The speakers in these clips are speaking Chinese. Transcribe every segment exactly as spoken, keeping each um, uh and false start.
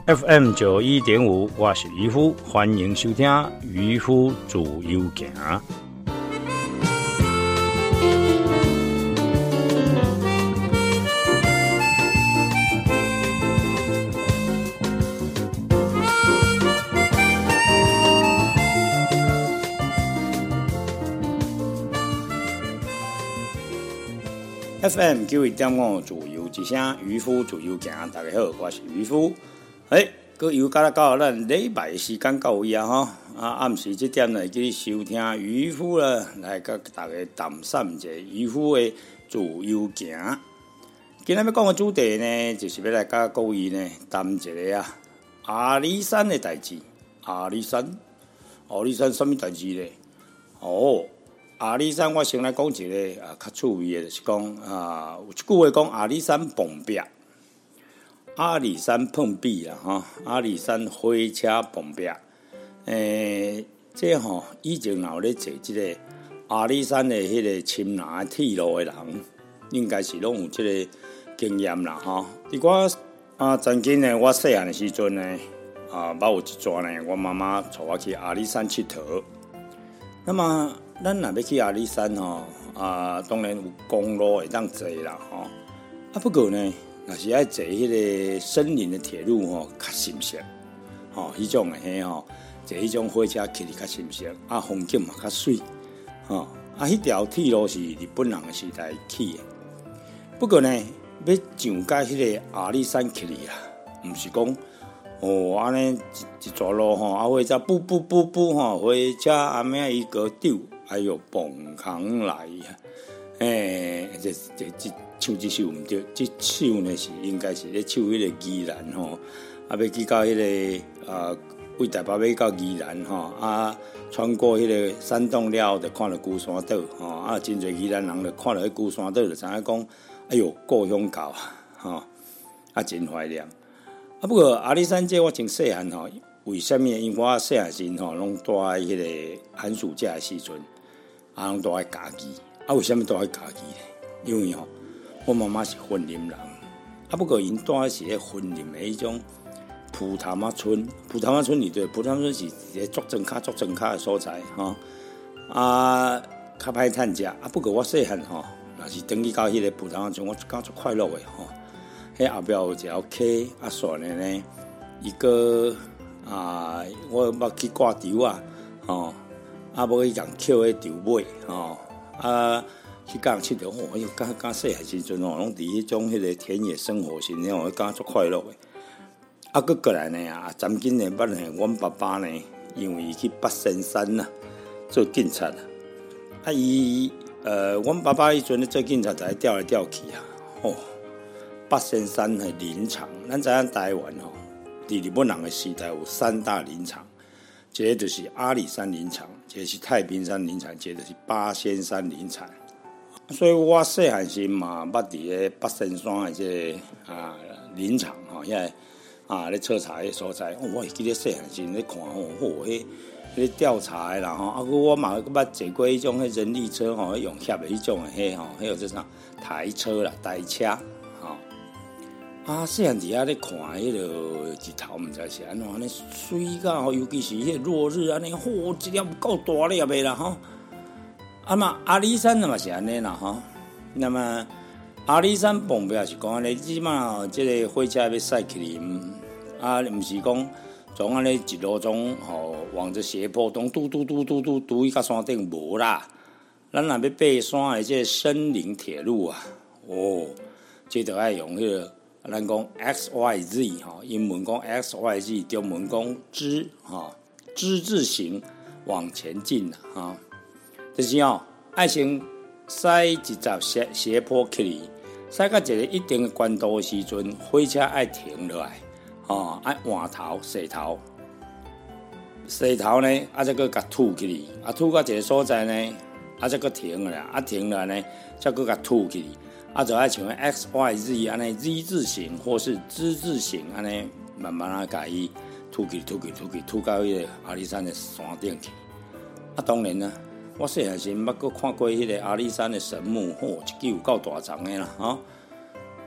F M 九一点五，我是渔夫，欢迎收听渔夫自由行。F M 九一点五，自由之声，渔夫自由行。大家好，我是渔夫。诶，各又到到咱礼拜的时间到位啊！吼，啊，暗时这点来去收听渔夫啦，来甲大家谈散一下渔夫的自由行。今日要讲的主题呢，就是要来甲各位呢谈一个啊阿里山的代志。阿里山，阿里山什么代志呢？哦。阿里山，我先来讲一个啊，较趣味的，就是讲啊，有一句话讲阿里山碰壁，阿里山碰壁啦，哈，阿里山火车碰壁。诶、欸，这吼、喔、以前有咧坐这个阿里山的迄个深蓝铁路的人，应该是拢有这个经验啦，哈。伫我啊，曾经呢，我细汉的时阵呢，啊，捌有一转呢，我妈妈带我去阿里山佚佗，那么。咱若要去阿里山吼，啊，当然有公路会当坐啦吼。啊，不过呢，若是爱坐迄个森林的铁路吼，较新鲜吼，迄种的嘿吼，坐迄种火车去哩较新鲜，啊，风景嘛较水吼。啊，迄条铁路是日本人的时代起的。不过呢，要上到迄个阿里山去哩啦，毋是讲。哦，安尼一一条路吼，啊，火车噗噗噗噗吼，火车阿咩伊个丢，哎哟，蹦扛来啊！诶、欸，这这这唱这首毋对，这首呢是应该是咧唱迄个宜兰吼，啊，要去到迄、那个啊，为台北要到宜兰吼，啊，穿过迄个山洞了，就看到孤山岛吼，啊，真侪宜兰人就看到迄孤山岛，就知影讲，哎哟，故乡到啊，吼，啊，真怀念。啊，不过阿里山这我真细汉吼，为什么？因为我细汉时吼，拢住喺迄个寒暑假的时阵，啊，拢住喺家己。啊，为什么住喺家己呢？因为吼，我妈妈是婚林人，啊，不過因住喺是迄婚林的迄種普潭仔村，普潭仔村里對，普潭仔村是一個足莊卡足莊卡的所在吼，啊，較歹趁食。啊，不過我細漢吼，若是登去到迄個普潭仔村，我感覺足快樂的吼。迄後壁有一條溪啊，線的呢，一個啊，我捌去掛稻啊，吼，啊，無去共抾迄稻尾，吼，啊，去共佚佗，哦，迄感感細漢時陣吼，攏佇迄種迄個田野生活型，迄種感覺足快樂的。啊，閣過來呢啊，曾經呢，捌呢，阮爸爸呢，因為去八仙山啊做警察啊，啊，伊呃，阮爸爸迄陣咧做警察，就調來調去啊，哦。八仙山的林場，咱知影台灣吼，佇日本人的時代有三大林場，一個就是阿里山林場，一個是太平山林場，一個就是八仙山林場。所以我細漢時嘛，捌佇個八仙山的這個啊林場吼，遐個啊咧測查迄所在，哦，我會記得細漢時咧看吼，吼迄迄調查的啦吼，啊，我嘛捌坐過迄種迄人力車吼，用箧的迄種的迄吼，還有這啥台車啦，台車。啊，細漢佇遐咧看迄個日頭，毋知是安怎安尼水甲吼，尤其是迄個落日安尼，吼、哦，一粒夠大粒的啦吼。啊嘛，阿里山嘛是安尼啦吼。那麼阿里山碰壁是講安尼，即馬即個火車要駛去哩，啊，毋是講從安尼一路從吼往着斜坡東嘟嘟嘟嘟嘟嘟去到山頂無啦。咱若要爬山的即個森林鐵路啊，哦，即著愛用迄、那個。咱講 X Y Z 哈，英文講 X Y Z， 中文講之哈之字形往前進啦哈。就是哦，愛先駛一閘斜斜坡去，駛到一個一定的關度的時陣，火車愛停落來，哦，愛換頭洗頭，洗頭呢，啊再個甲吐去，啊吐到一個所在呢，啊再個停落來，啊停落來呢，再個甲吐去。啊，就愛像 X Y Z 安尼 Z 字形或是之字形安尼，慢慢啊，甲伊吐去、吐去、吐去，吐到迄個阿里山的山頂去。啊，當然啦，我細漢時捌閣看過迄個阿里山的神木，吼、哦，一支有夠大丛的啦，吼、哦。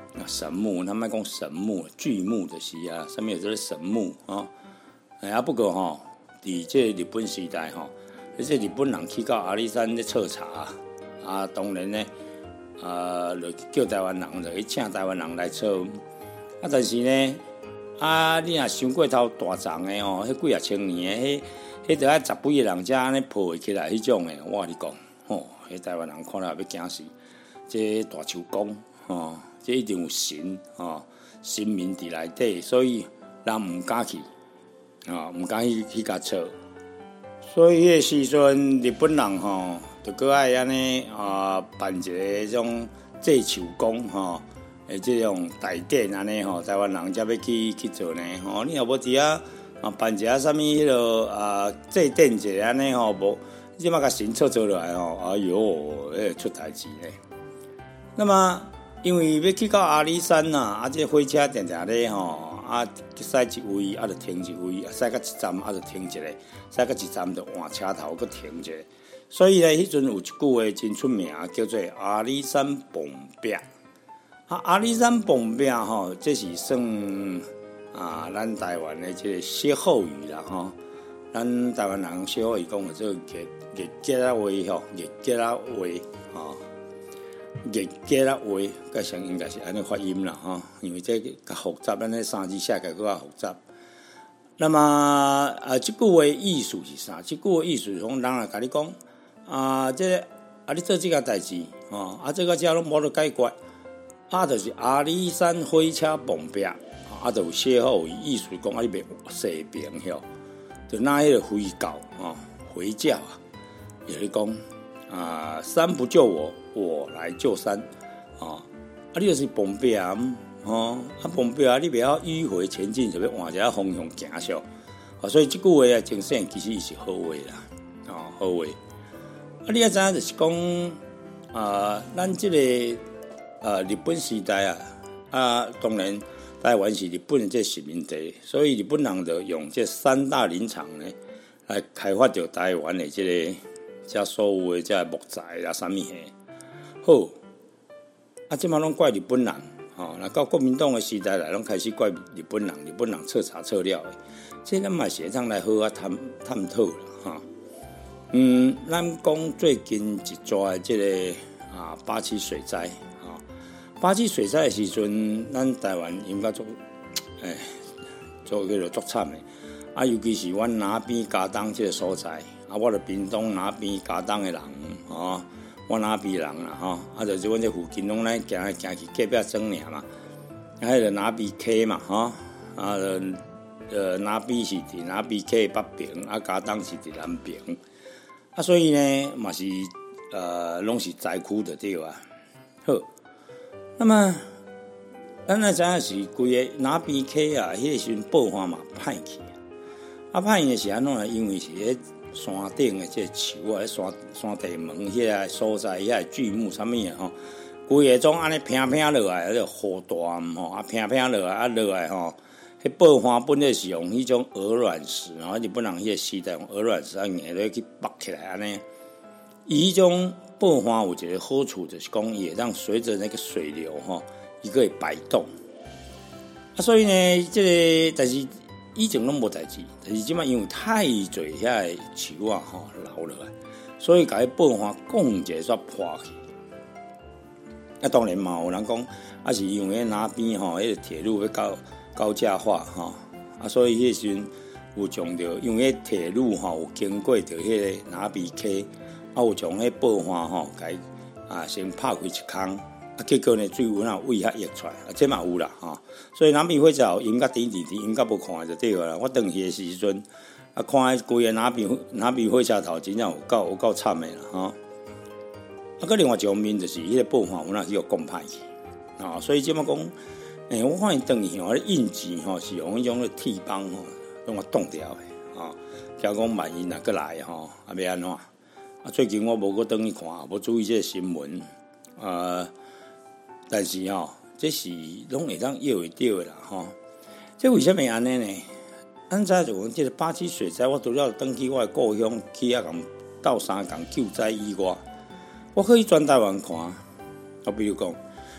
神木，他们讲神木、巨木就是啊，上面有这个神木啊。哎啊，不过吼、哦，伫这日本时代吼、哦，这日本人去到阿里山咧彻查啊，当然呢，啊，就叫台湾人就去请台湾人来测。啊，但是呢，啊，你若想过头大丛的哦，迄几啊千年的，迄迄得爱十几个人才安尼抱会起来迄种的，我跟你讲，吼、哦，迄台湾人看了要惊死，这大树公，吼、哦，这一定有神，吼、哦，神明伫内底，所以人毋敢去，啊、哦，毋敢去去甲测。所以迄个时阵，日本人吼，就搁爱安尼啊，办一个迄种祭树公，吼。诶，这种大典安尼吼，台湾人才要去去做呢吼。你若无伫遐啊办一下啥物迄落啊祭典者安尼吼，无即马甲神错做落来吼，哎哟，迄出代志呢。那么因为要去到阿里山呐，啊，这火车定定咧吼，啊，驶一位啊，就停一位，驶到一站啊，就停一个，驶到一站就换车头，搁停一个。所以咧，迄阵有一句话真出名，叫做阿里山蹦壁。啊，阿里山蹦壁吼，这是算啊，咱台湾的这个歇后语啦吼。咱台湾人歇后语讲的这个热热节啊话吼，热节啊话吼，热节啊话，个上应该是安尼发音啦吼，因为这较复杂，咱那三字写起来更较复杂。那么啊，这句话意思是啥？这句话意思是讲，人来甲你讲啊，这啊你做这个代志吼，啊这个家拢无得解决。啊，就是阿里山火车蹦壁，啊，就有歇后语，意思讲啊，你别洗病吼，就拿迄个回教啊，回教啊，也是讲啊，山不救我，我来救山啊，啊，你就是蹦壁啊，吼，啊蹦壁啊，你袂晓迂回前进，就要换一个方向行上，啊，所以这句话啊，真正其实是好话啦，啊，好话，啊，你要知影就是讲啊，咱这个。呃，日本时代啊，啊，当然台湾是日本的这殖民地，所以日本人就用这三大林场呢来开发着台湾的这个这所有的这木材啦，啥物嘿。好，啊，这嘛拢怪日本人，吼、哦，那到国民党的时代来，拢开始怪日本人，日本人彻查册料的，这咱嘛是会当来好啊探探讨啦，哈、哦。嗯，咱讲最近一抓的这个啊八七水灾。八七水灾的时阵，咱台湾应该做，诶，做叫做足惨的。啊，尤其是阮那边嘉东这个所在，啊，我伫屏东那边嘉东的人，吼，我那边人啦，吼，啊，就是阮这附近拢来行来行去，隔壁庄尔嘛，啊，迄个那边溪嘛，吼，啊，呃，那边是伫那边溪北边，啊，嘉东是伫南边，啊，所以呢，嘛是呃，拢是灾区就对啊，好。那么，咱来知影是规个那边溪啊，迄个时阵爆发嘛歹去，啊歹去是安怎？因为是迄山顶的这树啊，山山地门迄个所在，遐巨木啥物啊吼，规个种安尼平平落来，迄个雨大吼，啊平平落来啊落来吼，迄爆发本来是用迄种鹅卵石，然后日本人迄个时代用鹅卵石啊硬落去绑起来安尼，伊迄种。爆发有一个好处，就是讲也让随着那个水流哈，伊个会摆动。啊，所以呢，这个但是以前拢无代志，但是即摆因为太侪遐个树啊吼流落来，所以甲伊爆发讲一下煞破去。啊，当然嘛，有人讲啊，是因为那边吼，迄个铁路要高高架化吼，啊，所以迄时阵有将着，因为铁路吼有经过着迄个那边溪。啊，有从迄爆发吼，甲啊先拍开一空，啊结果呢水有那胃遐溢出来，啊这嘛有啦吼、啊。所以南边火车应该点点点，应该无看就对啦。我转去的时阵，啊看规个南边南边火车头真正有够有够惨的啦吼。啊，个另外一方面就是迄个爆发有那去个讲歹去，啊，所以即么讲，诶、欸，我发现转去吼，印记吼是用迄种个铁棒吼，用我冻掉的，啊，假讲万一若过来吼，啊要安怎？啊，最近我无搁转去看，无注意这个新闻，呃，但是吼、哦，这是拢会当约会到的啦，吼、哦。这为什么安尼呢？咱知就讲，这个八七水灾，我除了转去我的故乡去啊，共斗相共救灾以外，我可以转台湾看。啊，比如讲，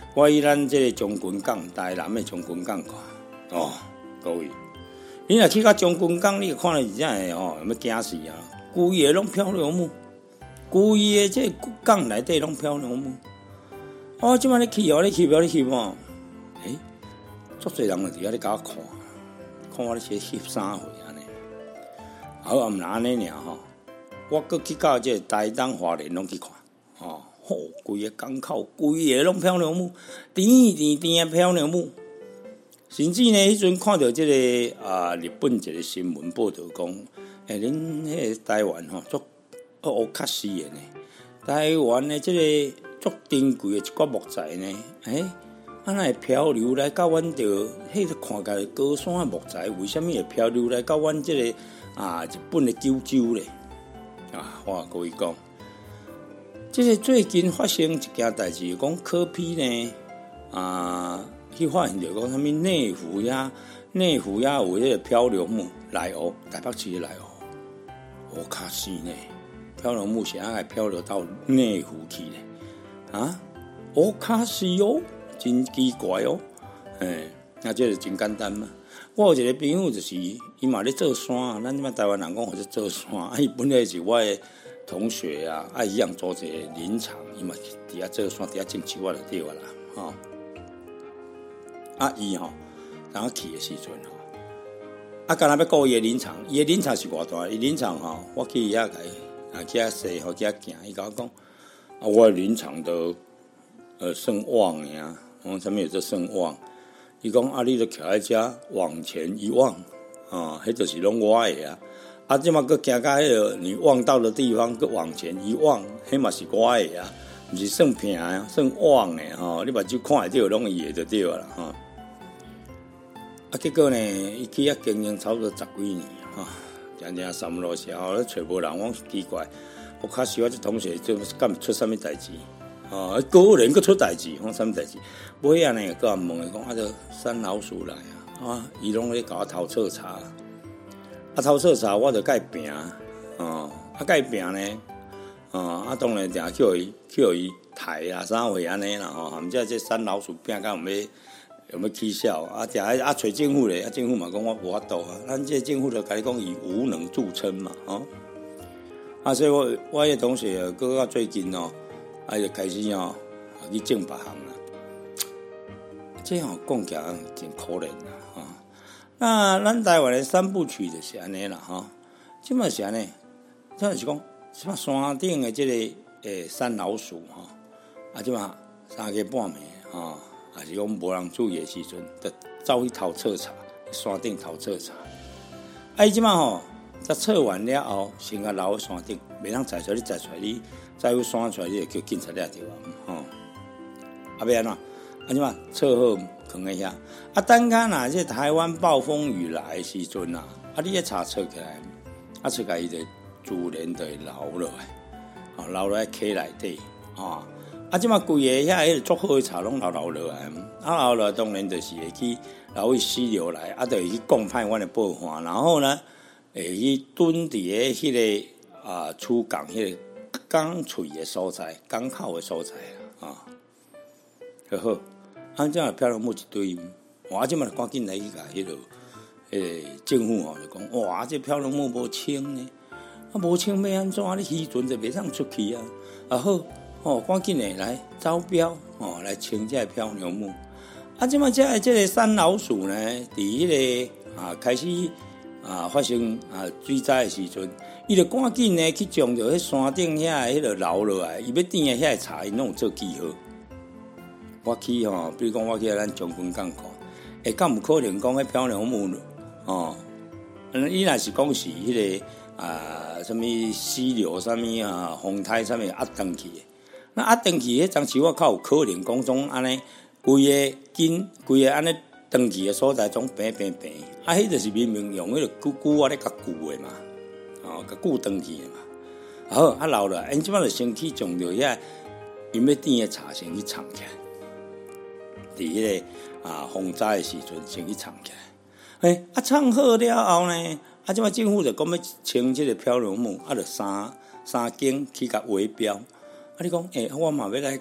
我以咱这个将军港台南的将军港看，哦，各位，你若去到将军港，你看到真诶哦，有要惊死啊！规个拢漂流木，规个这个港内底拢漂流木。哦，即摆你去哦，你去不？你去无？诶，足侪人伫遐咧甲我看，看我咧写翕三回安尼。好，啊，毋若安尼尔吼，我搁去到这个台东花莲拢去看，哦。吼，规个港口，规个拢漂流木，甜甜甜的漂流木。甚至呢，迄阵看到即、这个啊，日本一个新闻报道讲，诶、欸，恁迄个台湾吼，足乌卡斯的呢。台湾的即个足珍贵的一块木材呢，诶、欸，啊，那会漂流来到阮着，迄个看起来高山的木材，为什么会漂流来到阮即个啊日本的九州咧？啊，我各位讲。即个最近发生一件代志，讲科批呢啊，去发现着讲啥物内湖呀，内湖呀有迄个漂流木来湖，台北市来湖，我卡死呢！漂流木是安来漂流到内湖去咧？啊，我卡死哦，真奇怪哦！诶，那这是真简单嘛。我有一个朋友就是，伊嘛咧做山，咱即摆台湾人讲或者做山，啊，伊本来是我的同学啊，啊一样做一个林场，伊嘛伫遐做山，伫遐种树仔就对啦，吼。啊，伊吼，当我去的时阵吼，啊，干那要顾伊的林场，伊的林场是偌大？伊林场吼，我去伊遐个，啊去遐踅，吼去遐行，伊甲我讲，啊，我的林场都呃算旺的啊，我讲啥物有做算旺？伊讲啊，你著徛喺遮往前一望，啊，迄就是拢我的啊。啊，即马佮行到迄个你望到的地方，佮往前一望，迄嘛是我的啊，毋是算平啊，算旺的吼。你目睭看会到，拢伊的就对啦吼。啊，结果呢，伊去遐经营差不多十几年吼，常常三路时候咧找无人，我奇怪，我卡时我这同学做敢出啥物代志？哦，个人佮出代志，讲啥物代志？尾啊呢，佮人问伊讲，啊，着山老鼠来啊，啊，伊拢咧甲我偷测查。啊，偷测查我就甲伊拼，哦，啊，甲伊拼呢，哦，啊，当然定叫伊叫伊抬啊，啥货安尼啦，吼，毋知这山老鼠拼甲有要有要起效，啊，定啊找政府咧，啊，政府嘛讲我无法度啊，咱这政府就甲你讲以无能著称嘛，吼，啊，所以我我迄同学啊，搁到最近哦，啊，就开始哦，去种别项啦，这样讲起来真可怜啦。那咱台湾的三部曲就是安尼啦，吼，即嘛是安尼，即就是讲，即嘛山顶的即个诶山老鼠吼，啊，即嘛三更半暝吼，也是讲无人注意的时阵，就走去偷测查，山顶偷测查。啊，伊即嘛吼，则测完了后，先甲留喺山顶，袂当载出来，你载出来，你载有山出来，你就叫警察抓着啊，吼。啊，要安怎？啊，即嘛测好。放喺遐，啊，等下若这台湾暴风雨来的时阵啊，啊，你一查测起来，啊，测起来伊就自然就会流落来，啊，流落来溪内底，啊，啊，即马规个遐迄个足好的茶拢流流落来，啊，流落来当然就是会去流去溪流来，啊，就会去降歹阮的暴旱，然后呢，会去蹲伫个迄个啊出港迄个港喙的所在，港口的所在啊，好好。啊，这样漂流木一堆，哇！即马赶紧来去甲迄个诶政府吼就讲，哇！这漂流木无清呢，啊无清要安怎？你渔船就袂当出去啊！啊好，哦，赶紧诶来招标，哦来清这漂流木。啊，即马这这个山老鼠呢，伫迄、那个啊开始啊发生啊水灾的时阵，伊就赶紧呢去将着迄山顶遐迄个流落来，伊要顶诶遐茶，伊拢有做记号。我去吼，比如讲我去咱将军港看，会敢有可能讲迄漂流木哦？伊若是讲是迄、那个啊，什物溪流、什物啊，风台什物压断去的，那压断去迄张时我较有可能讲种安尼，规个筋，规个安尼断去的所在种平平平，啊，迄就是明明用迄个骨骨啊咧甲固的嘛，哦，甲固断去的嘛。好，啊留落来，因即摆就先去将着遐因要点的茶先去藏起来。伫迄个啊风灾的时阵，先去藏起来。诶，啊藏好了后呢，啊即摆政府就讲要清即个漂流木，啊，就三三间去甲围标。啊，你讲诶，我嘛要来甲政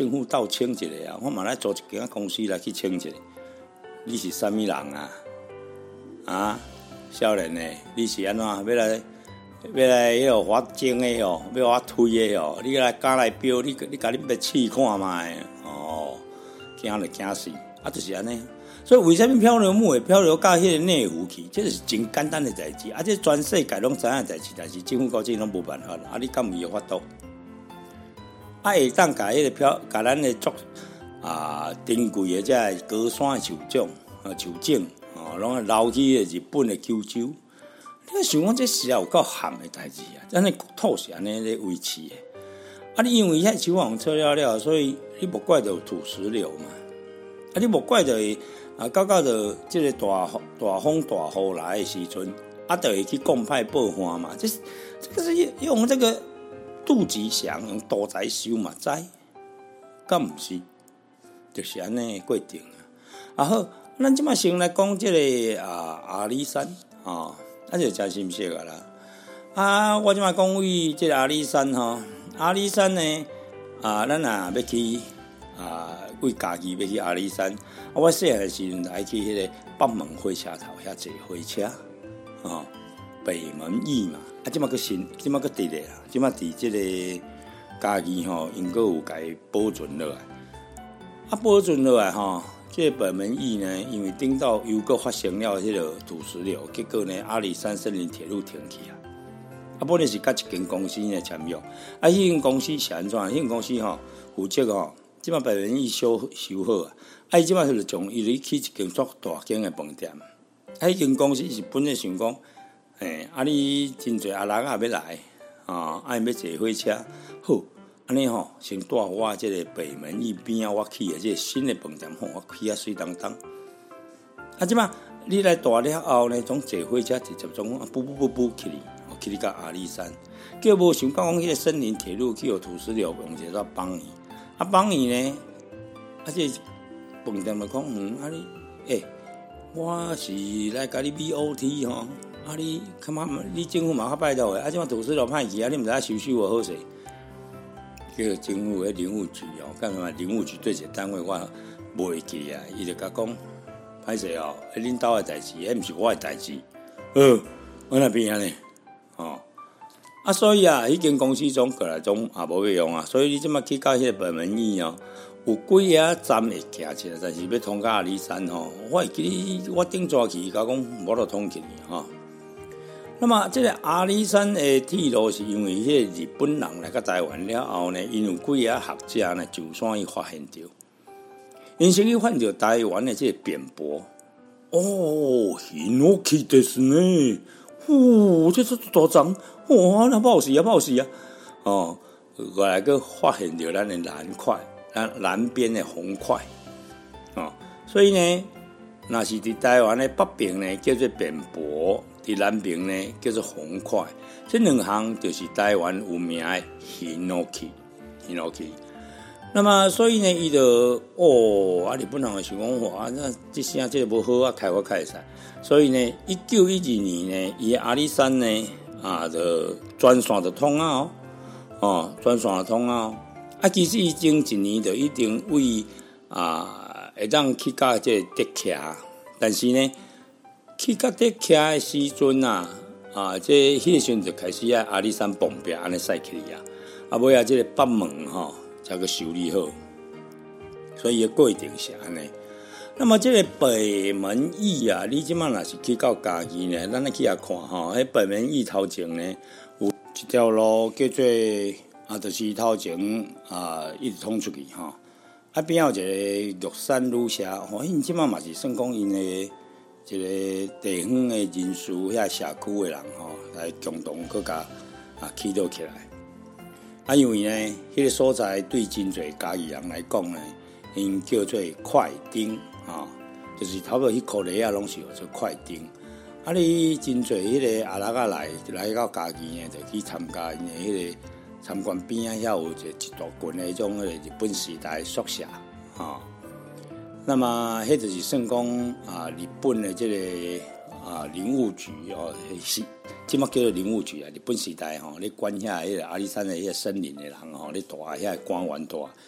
政府斗清一下啊，我嘛来组一间公司来去清一下。你是啥物人啊？啊，少年诶，你是安怎要来要来迄个发证诶哦，要我推诶哦？你来敢来标？你你甲你要试看卖哦，惊就惊死啊！就是安尼。所以为什么漂流木会漂流到迄个内湖去？这是真简单的代志，啊！这全世界拢知影代志，但是政府高级拢无办法，啊！你敢有法度？啊，会当甲迄个漂，甲咱的作啊珍贵的这高山树种啊树种哦，拢捞去日本的九州。你想讲这是有够咸的代志啊！咱的国土是安尼咧维持的。啊，你因为遐树王撤了了，所以你无怪着土石流嘛？啊，你无怪着啊，到到着这个大大风大雨来的时阵，啊，就会去公派报旱嘛。这是这个是用这个杜吉祥用多财收嘛，知？敢毋是？就是安尼过程啊。啊好，咱即马先来讲这个啊阿里山啊，啊就真心实个啦。啊，我即马讲为这个阿里山吼，阿里山呢啊，咱啊要去啊。为家己要去阿里山，啊！我细汉时阵爱去迄个北门火车头遐坐火车，哦，北门驿嘛，啊！即马个新，即马个伫咧啦，即马伫即个家己吼，因个有家保存落来，啊，保存落来吼，即、這個北门驿呢，因为顶到又个发生了迄个土石流，结果呢，阿里山森林铁路停去啊！啊，本来是甲一间公司呢签约，啊，迄间公司是安怎？迄间公司吼负责吼。即马北门驿修修好啊！啊，伊即马就是从伊去一间足大间的饭店。啊，迄间公司是本来想讲，诶、欸，啊，你真侪阿人也要来啊，啊，要坐火车，好，安尼吼，先带我即个北门驿边啊，我去的即个新的饭店，吼，我去啊水当当。啊，即马你来大了后呢，从坐火车直接从步步步步去哩，去哩到阿里山，叫无想讲迄个森林铁路去有土石流，用者到帮伊。啊，帮伊呢？啊，这饭店就讲，嗯，啊你，诶、欸，我是来甲你 V O T 吼，啊你，看嘛，你政府嘛较拜托诶，啊，即马土石流歹去啊，你毋知影收收无好势。叫政府诶林务局哦，干嘛？林务局对这单位我无会记啊，伊就甲讲，歹势哦，迄恁兜诶代志，迄毋是我诶代志。呃，我那边安尼，哦。啊，所以啊，迄间公司总过来总也无要用啊，所以你即马去到迄个北门驿哦，有几个站会行起来，但是要通到阿里山吼，我会记得我顶早去，甲讲无得通去吼。那么这个阿里山的铁路是因为迄个日本人来到台湾了后呢，因有几个学者呢，就算伊发现着，因先去发现着台湾的这个扁柏，哦，ヒノキですね。哦，这是大张，哇，那不好死啊，不好死啊！哦，过来个发现着咱的蓝块，咱南边的红块，哦，所以呢，那是伫台湾的北边呢叫做扁柏，伫南边呢叫做红块，这两项就是台湾有名的ヒノキ，ヒノキ。那么，所以呢，伊就哦，啊，日本人想讲哇，那这声这个无好啊，开发开使。所以呢，一九一二年呢，伊阿里山呢啊，就专线就通啊哦，哦，专线就通啊。啊，其实伊前一年就一定为啊，会当去到这德徛，但是呢，去到德徛的时阵啊，啊，这迄个时阵就开始啊，阿里山崩壁安尼驶起啊，啊，尾啊，这个北门吼。才个修理好，所以伊过程是安尼。那么这个北门驿啊，你即满若是去到家己呢，咱来去遐看吼。迄北门驿头前呢，有一条路叫做啊，就是头前啊，一直通出去吼。啊边有一个玉山旅社，吼，因即满嘛是算讲因的一个地方的人士，遐社区的人吼，来共同搁甲啊起倒起来。啊，因为呢，迄、那个所在对真侪家己人来讲呢，因叫做快丁啊，就是差不多迄颗粒啊，拢是叫做快丁。啊，你真侪迄个阿拉啊来来到家己呢，就去参加因的迄个参观边啊，遐有一一大群的迄种迄个日本时代宿舍啊。那么，迄就是算讲啊，日本的这个。啊，林务局哦，是即马叫做林务局啊。日本时代吼，咧管遐迄个阿里山的迄个森林的人吼，咧带遐官员带，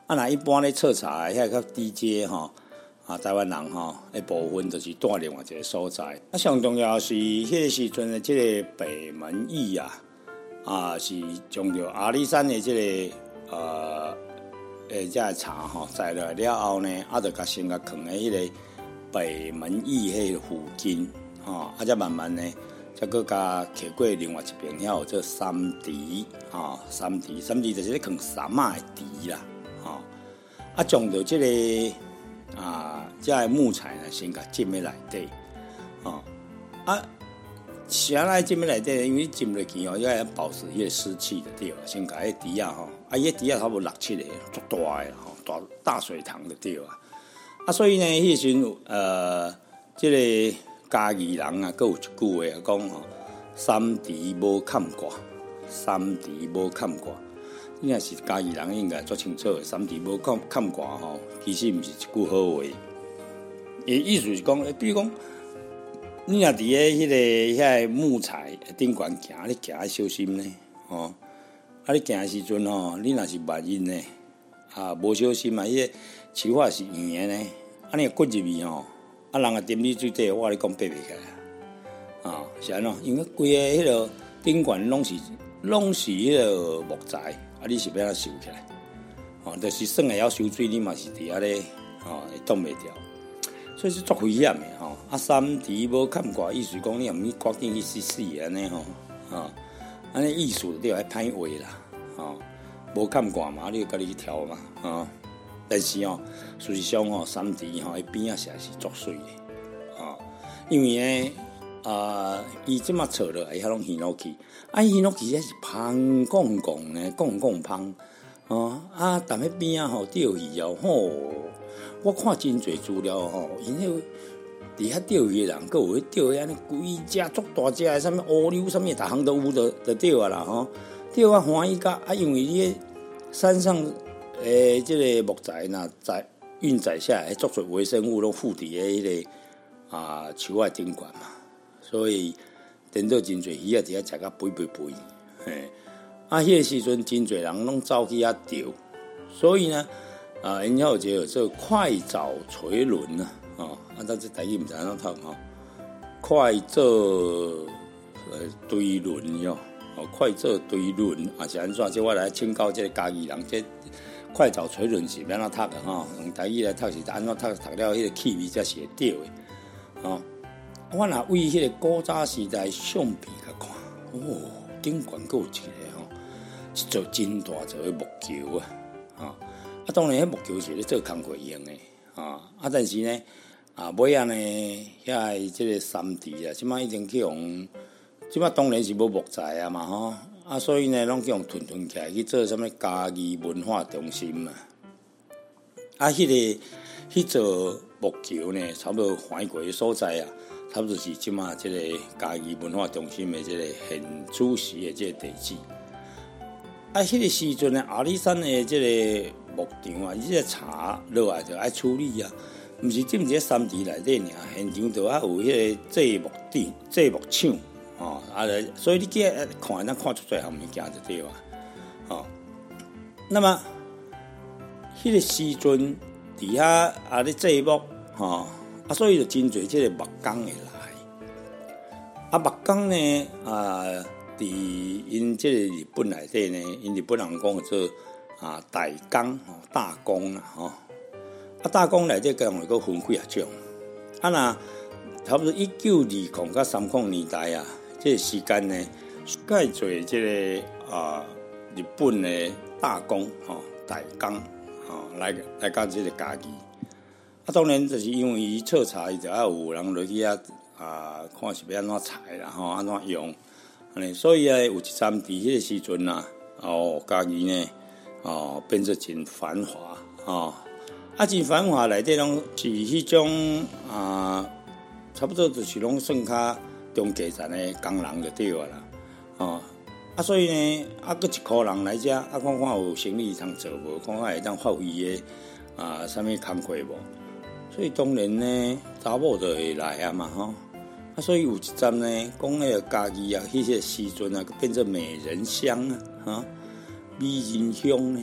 啊，那一般咧测查遐较低阶吼，啊，台湾人吼，一部分就是住另外一个所在。啊，上重要是迄个时阵的即个北门驿啊，啊是将着阿里山的即、这个呃诶，遮茶吼载落了后呢，啊，就甲先甲囥喺迄个北门驿迄个附近，吼、啊，啊，再慢慢呢。再搁加骑过另外一边，遐有做三池，吼、哦，三池，三池就是咧藏三马的池啦，吼、哦，啊，将着即、这个啊，遮个木材呢，先甲浸喺内底，吼、哦，啊，啥来浸喺内底？因为浸落去吼，要保持迄个湿气的对，先甲迄池啊，吼，啊，迄池啊差不多六七个，足大个吼，大大水塘的对啊，啊，所以呢，迄时阵呃，即、这个。嘉義人啊，佫有一句話講吼，三池無坎掛，三池無坎掛。你若是嘉義人，應該足清楚的。三池無坎坎掛吼，其實毋是一句好話。伊意思是講，比如講，你若佇咧迄個遐木材頂懸行，你行啊小心呢，吼。啊，你行的時陣吼，你若是萬一呢，啊無小心啊，迄、那個樹髮是圓的呢，啊你骨入去吼。啊，人啊沉你水底，我跟你讲爬袂起來啊！是安怎？因為規個迄個頂懸攏是攏是迄個木材，啊，你是要安怎收起來？哦、啊，就是算會曉收水，你嘛是佇遐咧，哦，會擋袂掉，所以是足危險的吼。啊，三池無坎掛，意思講你毋去趕緊去死死安尼吼，啊，安尼意思就對，愛歹話啦，哦，無坎掛嘛，你就家己去挑嘛，啊。但是哦，事實上哦，三池吼，伊邊仔實在是足水的，啊，因為呢，啊，伊即馬錯落來，遐攏魚落去，啊，魚落去也是香滂滂呢，滂滂香，哦，啊，但迄邊仔吼釣魚哦，吼，我看真濟資料吼，因迄佇遐釣魚的人，佫有去釣安尼規隻足大隻的，啥物烏溜，啥物，逐項都有得得釣啊啦，吼，釣啊歡喜甲，啊，因為你山上。誒，即、欸這個木材若載運載下來，足多微生物攏附佇誒迄個啊樹仔頂懸嘛，所以等到真濟魚仔佇遐食甲肥肥肥，嘿，啊，迄、那個時陣真濟人攏走去遐釣，所以呢，啊，因遐有一個做快爪垂鱗啊，哦，啊，咱這台語毋知安怎讀吼，快做呃堆輪喲，哦，快做堆輪啊是安怎？即我來請教即個嘉義人即。快爪垂鱗是要安怎讀的吼？用台語來讀是安怎讀？讀了迄個氣味才是會對的。吼，我若為迄個古早時代相片甲看，哦，頂懸佫有一個吼，一座真大座的木橋啊！啊，啊當然迄木橋是咧做工課用的，啊，啊但是呢，啊尾仔呢，遐即個三池啊，即擺已經去用，即擺當然是無木材啊嘛，吼。啊，所以呢，攏去用屯屯起來去做什麼嘉義文化中心嘛。啊，迄、那個迄座木橋呢，差不多翻過的所在啊，差不多是即馬即個嘉義文化中心的即個現主席的即個地址。啊，迄、那個時陣呢，阿里山的即個木場啊，即、這個茶落來就愛處理啊，毋是只毋只三池內底爾，現場就啊有迄個製木店、製木廠。哦，啊，所以你去看，咱看出最項物件就對啊。哦，那麼迄、那個時陣佇遐啊咧製木，吼啊，所以就真濟即個木工會來。啊，木工呢啊，佇因即個日本內底呢，因日本人講做啊大工吼大工啦吼。啊，大工內底個人個分幾啊種，啊那差不多一九二零到三零年代啊。這個時間呢，介做這個啊日本的大工吼大工吼來來到這個嘉義。啊，當然就是因為伊測查，伊就要有人落去啊啊，看是要安怎採啦吼，安怎用。安尼，所以啊，有一站佇迄個時陣啊，哦，嘉義呢，哦，變作真繁華哦。啊，真繁華內底攏是迄種啊，差不多就是攏算較。中階層的工人就對啊啦，哦，啊，所以呢，啊，佫一箍人來遮，啊，看看有生意通做無，看看會當發揮的啊，啥物工課無，所以當然呢，查某就會來啊嘛，吼，啊，所以有一站呢，講那個嘉義啊，迄個時陣啊，變做美人鄉啊，哈，美人鄉呢，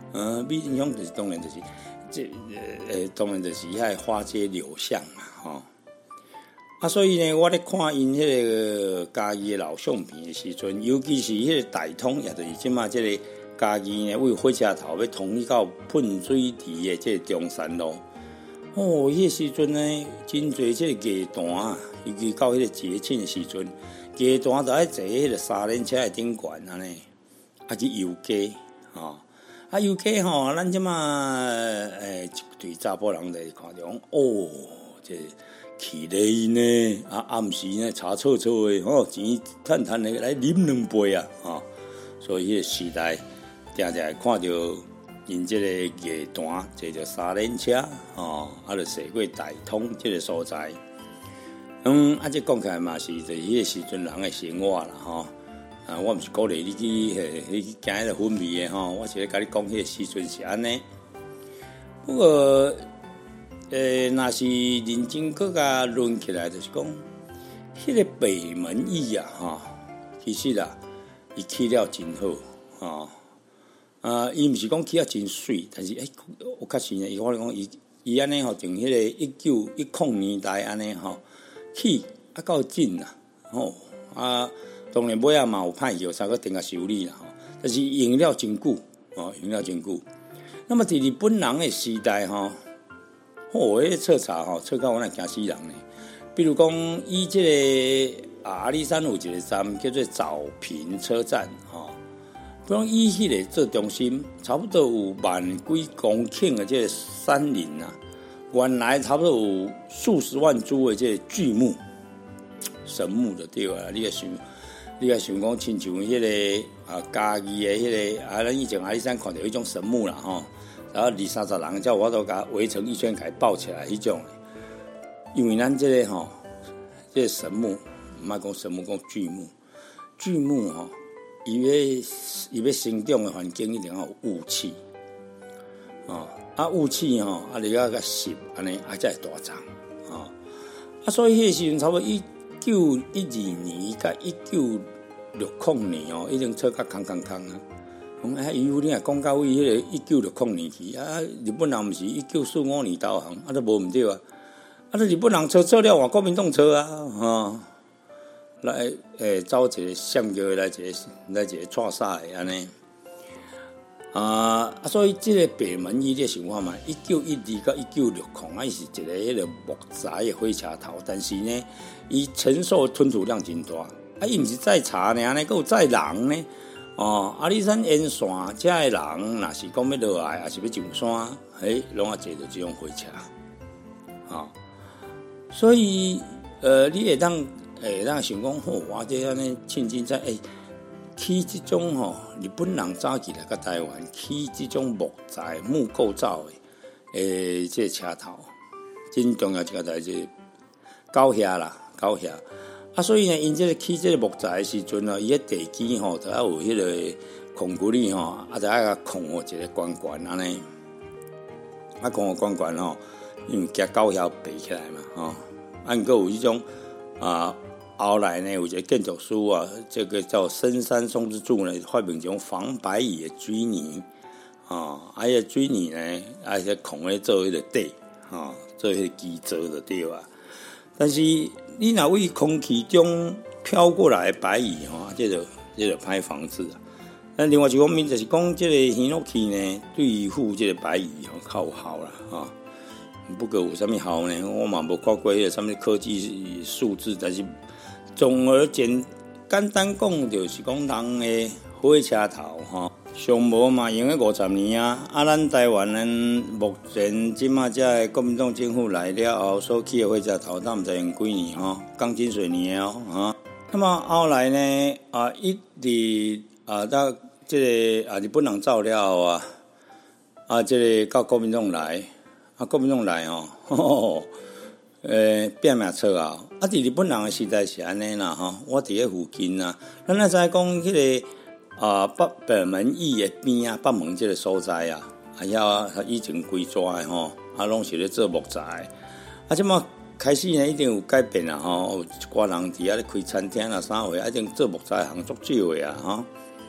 呃，美影响就是当然就是这呃，当然就是遐花街柳巷嘛，吼、哦。啊，所以呢，我咧看因迄个家己的老相片的时阵，尤其是迄个大通，也就是即马即个家己呢，为火车头要通去到喷水池的即个中山路。哦，迄个时阵呢，真侪即个艺团啊，尤其到迄个节庆的时阵，艺团就爱坐迄个三轮车的顶悬安尼，啊去游街，吼、哦，啊游街吼，咱即马诶一队查甫人来看着讲，哦，这個去咧呢，啊暗时呢茶臭臭的，吼、哦、钱趁趁的来啉两杯啊，吼、哦，所以迄个时代，定定看到因这个艺团坐着三轮车，吼、哦，啊就驶过大通这个所在，嗯，啊这讲起来嘛是就是迄个时阵人的生活啦，吼、哦，啊我毋是鼓励你去迄去行迄个昏迷的吼，我是咧甲你讲迄个时阵是安尼，不过。诶，若是认真搁甲论起来，就是讲，迄、那个北门驿啊，哈，其实啦，伊起了真好，哈，啊，伊毋是讲起了真水，但是诶，我确实呢，伊可能讲伊伊安尼吼，从迄个一九一零年代安尼吼，起啊够紧啦，吼啊，当然尾仔嘛有歹叫，才个定甲修理啦，吼，但是用了真久，哦，用了真久。那麼伫日本人的時代吼。哦，迄個測查吼，測到我若驚死人呢。比如講，伊即個啊阿里山有一個站叫做早平車站吼，比如講伊迄個做中心，差不多有萬幾公頃的即個山林啊，原來差不多有數十萬株的即個巨木、神木就對啊。你個想，你個想講，親像迄個啊家己的迄個啊，咱以前阿里山看到迄種神木啦吼。然後二三十人叫我都甲圍成一圈，甲抱起來迄種。因為咱這個吼，這個神木，唔係講神木，講巨木。巨木吼，伊要伊要生長的環境一定要有霧氣，哦，啊霧氣吼，啊你要甲濕，安尼啊才會大長，哦，啊所以迄個時陣差不多一九一二年甲一九六零年哦，已經做甲空空空啊。講啊，伊有你若講到位迄個一九六零年去啊，日本人毋是一九四五年投降，啊都無毋對啊，啊，日本人錯錯了換國民黨錯啊，吼、哦，來誒找一個相叫來一個來一個錯殺的安尼，啊啊，所以即個北門伊個想法嘛，一九一二到一九六零啊，伊是一個迄個木材的火車頭，但是呢，伊承受吞吐量真大，啊，伊毋是載茶呢，呢，佫有載人呢。哦，阿里山沿線遮個人，若是講要落來，還是要上山，誒，攏要坐到這種火車，哦，所以，呃，你會當會當想講，吼、哦，我這安尼凊真在誒，起這種吼、哦，日本人早起來到台灣起這種木材木構造的，誒，這個車頭，真重要一個代志，高遐啦，高遐。啊，所以呢，因這個起這個木材的時陣呢，伊個地基吼，就要有迄個控骨力吼，啊，就要甲控好一個關關安尼，啊，控好關關吼，因為夾高遐爬起來嘛，吼、哦，啊，閣有迄種啊，後來呢，有一個建築師啊，這個叫深山松之助呢，發明一種防白蟻的水泥，啊，啊，迄個水泥呢，啊，迄個控咧做迄個底，啊，做迄個基座就對啊，但是。你若為空氣中飄過來的白蟻吼，這就這就歹防治啊。但另外一方面就是講，這個園落去呢，對付這個白蟻吼較有效啦，哈。不過有啥物效呢？我嘛無看過迄個啥物科技數字，但是總而簡簡單講，就是講人的火車頭吼。上無嘛用咗五十年啊！啊，咱台灣人目前即馬只個國民黨政府來了後所起的火車頭，咱毋知用幾年吼，鋼筋水泥的哦，哈。那麼後來呢，啊，一直啊到即個啊日本人走了後啊，啊，即個到國民黨來，啊，國民黨來哦，吼，誒，拼命錯啊！啊，佇日本人的時代是安尼啦，吼，我佇個附近啊，咱那在講迄個。啊，北北門驿的邊啊，北門這個所在啊，啊遐以前規抓的吼，啊攏是咧做木材，啊即馬開始呢一定有改變啦吼，有一寡人佇遐咧開餐廳啊啥貨，啊一定做木材行足少的啊吼，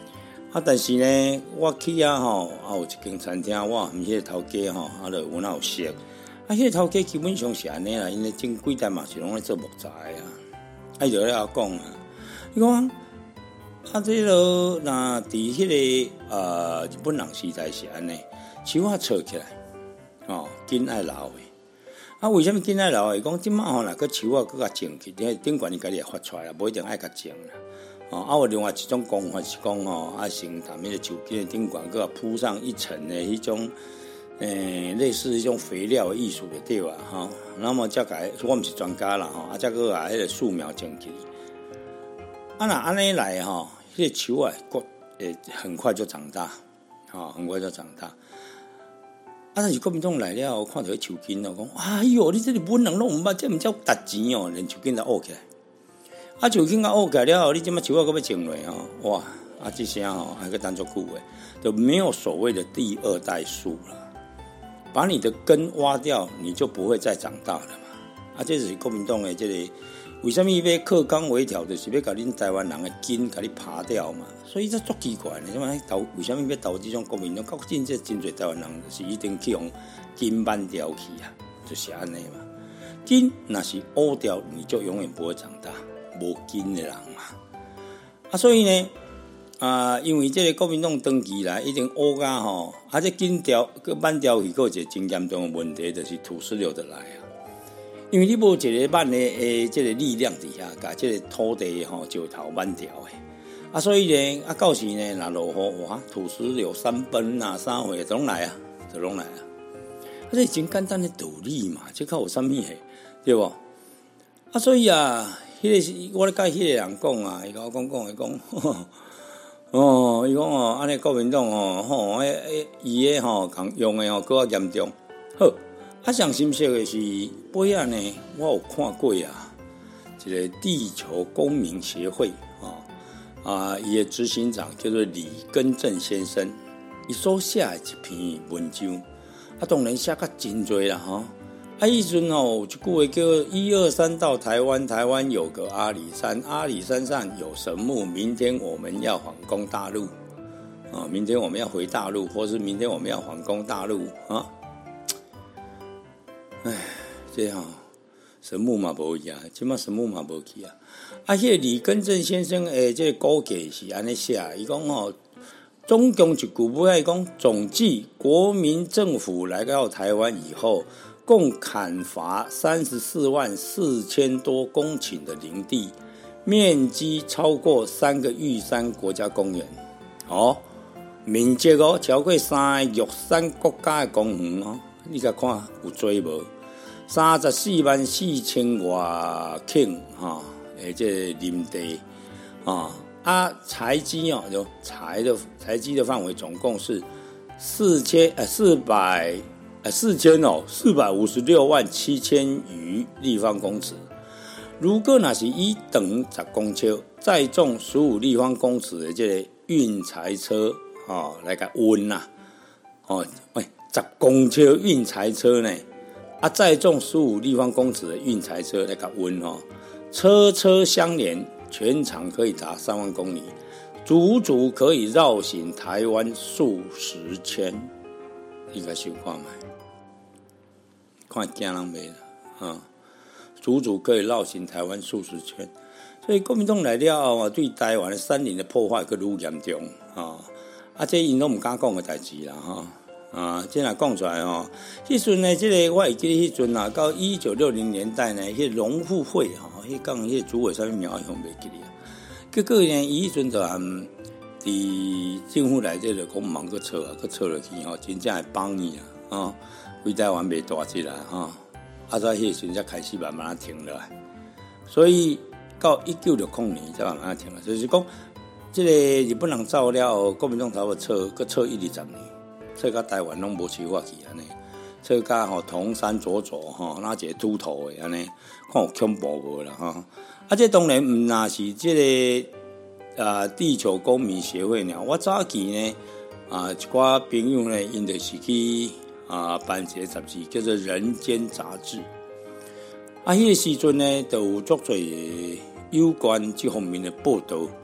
啊，但是呢，我去啊吼，啊有一间餐厅，我毋迄个头家吼，啊，就有哪有熟。啊，迄个头家基本上是安尼啦，因为前几代嘛是拢咧做木材啊。啊，伊就咧讲啊，伊讲啊，这个若伫迄个呃日本人时代是安尼，树啊插起来，哦，紧爱留诶。啊，为什么紧爱留诶？伊讲即摆吼，若个树啊搁较种起，你顶悬伊家己会发出来啦，无一定爱甲种啦。哦，啊，有另外一种讲法是讲吼，啊，先踮迄个树根顶悬，搁铺上一层的迄种，诶、欸，类似迄种肥料的艺术的对吧？哈、哦，那么再改，我毋是专家啦，吼，啊，再搁啊，迄个树苗种起，啊，若安尼来吼，迄、那个树啊，诶，很快就长大，啊、哦，很快就长大。啊，但是国民党来了，看到迄树根哦，讲，哎哟，你这日本人拢毋捌，这毋叫值钱哦，连树根都乌起来。啊，树根啊乌起来了，你即摆树啊搁要种落吼，哇！啊，这些吼还个当作久诶，就没有所谓的第二代树了。把你的根挖掉，你就不会再长大了嘛。啊，这是国民党诶，这个为什么要克刚微调，就是要甲恁台湾人诶根甲你扒掉嘛。所以这足奇怪呢，什么投为什么要投这种国民党？到现在真侪台湾人是一定去用根挽掉去啊，就是安尼嘛。根若是乌掉，你就永远不会长大。无根的人嘛，啊，所以呢，啊，因为这个国民党登基来，已经乌甲吼，啊，这根掉个挽掉去，个一个真严重的问题，就是土石流的来啊。因为你无一个挽的诶，这个力量底下，把这个土地吼石头挽掉的，啊，所以呢，啊，到时呢，若落雨哇，土石流山崩啊，啥货都拢来啊，都拢来啊。啊，这真简单的道理嘛，这靠有啥物诶，对不？啊，所以啊。迄、那个是我咧甲迄个人讲啊，伊甲我讲讲，伊讲，哦，伊讲哦，安尼国民党哦，吼，诶诶，伊诶吼，共用诶吼，搁较严重。好，啊，上深刻诶是尾仔呢，我有看过啊，一个地球公民协会啊，啊，伊诶执行长叫做李根正先生，伊所写诶一篇文章，啊，当然写较真多啦，吼。啊，一阵哦，有一句话叫“一二三到台湾，台湾有个阿里山，阿里山上有神木。明天我们要反攻大陆，啊，明天我们要回大陆，或是明天我们要反攻大陆啊。”唉，这样神木嘛无去啊，即马神木嘛无去啊。啊，迄、那个李根正先生诶，这个估计是安尼写，伊讲哦，总共一句话来讲，总计国民政府来到台湾以后。共砍伐三十四万四千多公顷的林地，面积超过三个玉山国家公园。哦，面积哦超过三个玉山国家的公园哦，你甲看有多无？三十四万四千外顷哈，诶，这林地啊啊，采基哦，就采的采基的范围总共是四千呃四百。呃，四千哦，四百五十六万七千余立方公尺。如果那是以等十公尺，载重十五立方公尺的这个运柴车哦，来个运呐，哦，喂，十公尺运柴车呢，啊，载重十五立方公尺的运柴车来个运哦，车车相连，全长可以达三万公里，足足可以绕行台湾数十圈。你个想看卖？看惊人袂啦，啊，足足可以绕行台湾数十圈，所以国民党来了啊，对台湾山林的破坏更愈严重啊！啊，这因拢唔敢讲嘅代志啦，哈啊，这若讲出来吼，迄阵呢，这个我会记迄阵啊，到一九六零年代呢，迄农妇会哈，迄讲迄主委啥物苗，我袂记哩。结果呢，伊迄阵就含伫政府内底就讲忙个错啊，个错落去吼，真正会帮伊啊，啊。规台湾袂大起来哈，啊，在迄时才开始慢慢停落来，所以到一九六零年才慢慢停了。就是讲，这个日本人走了后，国民党差不多错，搁错一二十年，错到台湾拢无收发去安尼，错到吼铜山左左吼，那一个秃头的安尼，看有恐怖无啦哈。啊，这当然毋那是这个啊地球公民协会呢，我早期呢啊一寡朋友呢，因就是去。啊，办一个杂志叫做《人间杂志》。啊，迄、那个时阵呢，就有足侪有关这方面的报道。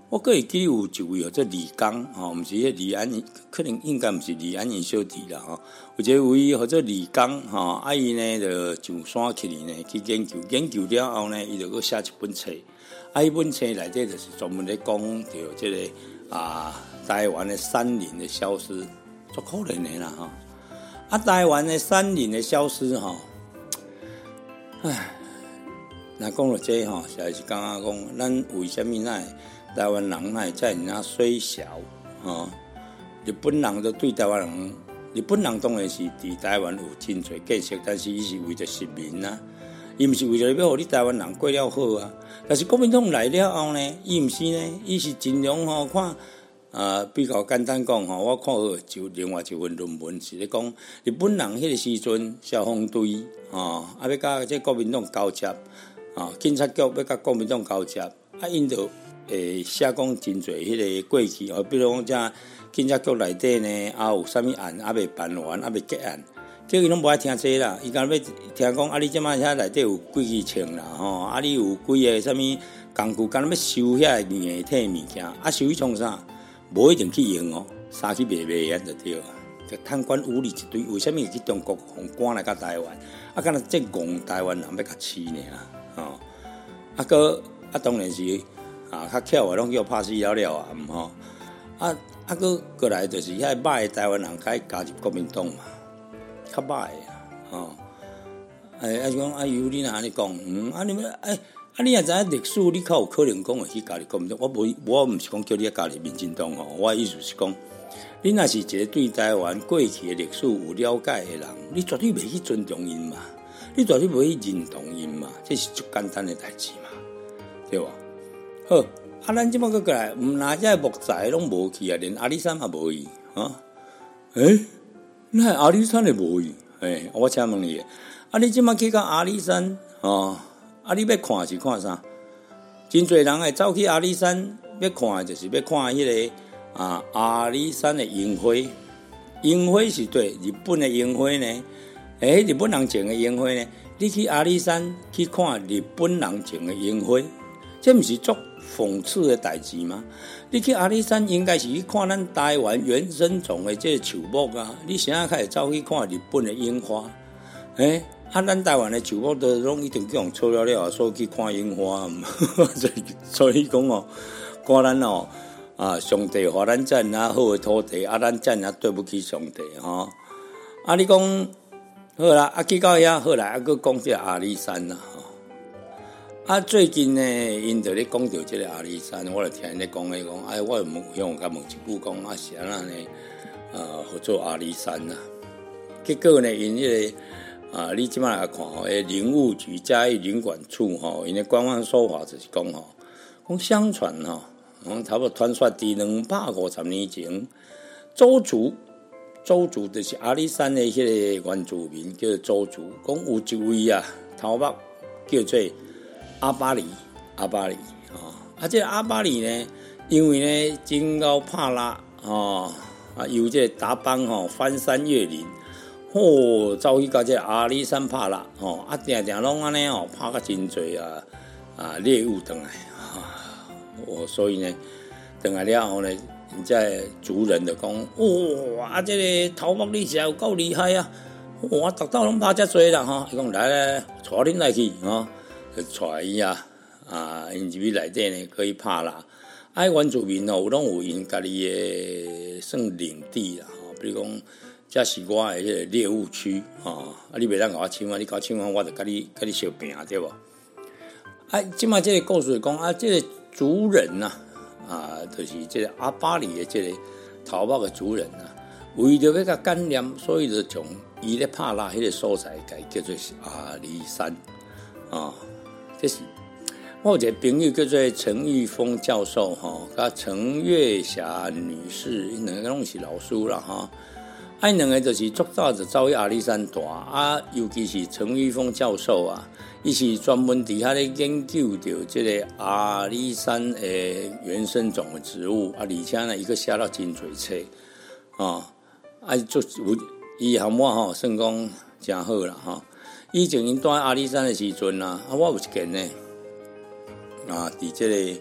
我个会记有一位哦，这李刚吼，毋是迄李安，可能应该毋是李安因小弟啦吼。有一位或者李刚吼，啊伊呢就上山去呢去研究，研究了后呢，伊就去写一本册。啊，迄本册内底就是专门咧讲着即个啊台湾的山林的消失，足可怜的啦吼。啊，台湾的山林的消失吼，唉，若讲到这吼，实在是感觉讲，咱为什么那台湾人那在人家虽小哦，日本人都对台湾人，日本人当然是伫台湾有真侪建设，但是伊是为着实民啊，伊毋是为着要互你台湾人过了好啊。但是国民党来了后呢，伊毋是呢，伊是尽量吼看啊，比较简单讲吼，我看好就另外一份论文是咧讲日本人迄个时阵消防队哦，啊要甲这国民党交接啊，警察局要甲国民党交接，啊因着。诶，写讲真侪迄个过去哦，比如讲遮警察局内底呢，啊有啥物案啊未办完，啊未结案，叫伊拢无爱听这啦。伊敢要听讲啊，你即摆遐内底有几支枪啦，吼，啊你有几个啥物工具，敢要收遐硬体物件，啊收去创啥？无一定去用哦，杀去卖卖安就对啊。就贪官污吏一堆，为什么去中国互赶来甲台湾？啊，敢若这戆台湾人要甲饲呢？吼，啊个啊当然是。啊，较巧诶，拢叫拍死了了啊，毋吼，啊啊，过过来就是遐歹诶台湾人，该加入国民党嘛，较歹诶啊，吼，诶，啊是讲啊，由你若安尼讲，嗯，啊你们，诶，啊你若知影历史，你较有可能讲会去加入国民党，我无，我毋是讲叫你加入民进党吼，我意思是讲，你若是一个对台湾过去诶历史有了解诶人，你绝对袂去尊重因嘛，你绝对袂去认同因嘛，这是足简单诶代志嘛，对吧？好，啊，咱即摆过过来，毋那遮木材拢无去啊，连阿里山也无去啊。诶，那阿里山也无去。诶，我请问你，啊，你即摆去到阿里山哦，啊，你要看是看啥？真侪人会走去阿里山，要看的就是要看迄、那个啊阿里山的樱花。樱花是对日本的樱花呢？诶，日本人种的樱花呢？你去阿里山去看日本人种的樱花，这毋是足讽刺的代志吗？你去阿里山应该是去看咱台湾原生种的这个树木啊，你啥开始走去看日本的樱花？诶、欸，啊，咱台湾的树木都拢一定叫人错了了，所以去看樱花，所以所以讲哦，看咱哦啊，上帝互咱遮尔好的土地，啊，咱遮尔对不起上帝吼。啊，你讲好啦，啊，去到遐好啦，啊，佮讲这阿里山啦。啊，最近呢，因就咧讲到这个阿里山，我就听因咧讲咧讲，哎，我问向甲问一句讲，啊是安那呢？呃，合作阿里山呐、啊，结果呢，因迄、那个啊，你即摆来看吼，诶，林务局嘉义林管处吼，因的官方说法就是讲吼，讲相传吼，嗯，差不多传说伫两百五十年前，周族，周族就是阿里山的迄个原住民叫做周族，讲有一位啊，头目叫做阿巴里，阿巴里啊，啊，这个阿巴里呢，因为呢真够怕辣哦，啊，由这个达邦吼翻山越岭，吼、哦，走去到这个阿里山拍辣吼，啊，定定拢安尼哦，拍甲真侪啊啊猎物回来啊，哦，所以呢，回来了后呢，人家族人就讲，哇、哦，啊，这个头目你是有够厉害啊，哇、哦，逐道拢拍遮侪啦吼，伊讲来来，带恁来去吼。就带伊啊，啊，因入去内底呢，可以拍啦。啊，原住民吼，拢有因家己的算领地啦，吼，比如讲，这是我的迄个猎物区，吼，啊，你袂当甲我抢啊，你甲我抢啊，我就甲你甲你相拼，对无？啊，即摆这个故事讲啊，这个族人呐、啊，啊，就是这个阿巴里的这个头目的族人呐、啊，为着要甲感染，所以就从伊咧拍拉迄个所在改叫做阿里山，啊。这是我有一个朋友叫做陈玉峰教授吼，甲陈月霞女士，因两个拢是老师啦吼。啊，因两个就是足早就走去阿里山住啊，尤其是陈玉峰教授啊，伊是专门伫遐咧研究着这个阿里山诶原生种的植物啊，而且呢，伊个写了真侪册啊，啊，做伊项目吼算讲真好啦吼。以前因住阿里山的时阵啊，啊，我有一件呢，啊，伫这个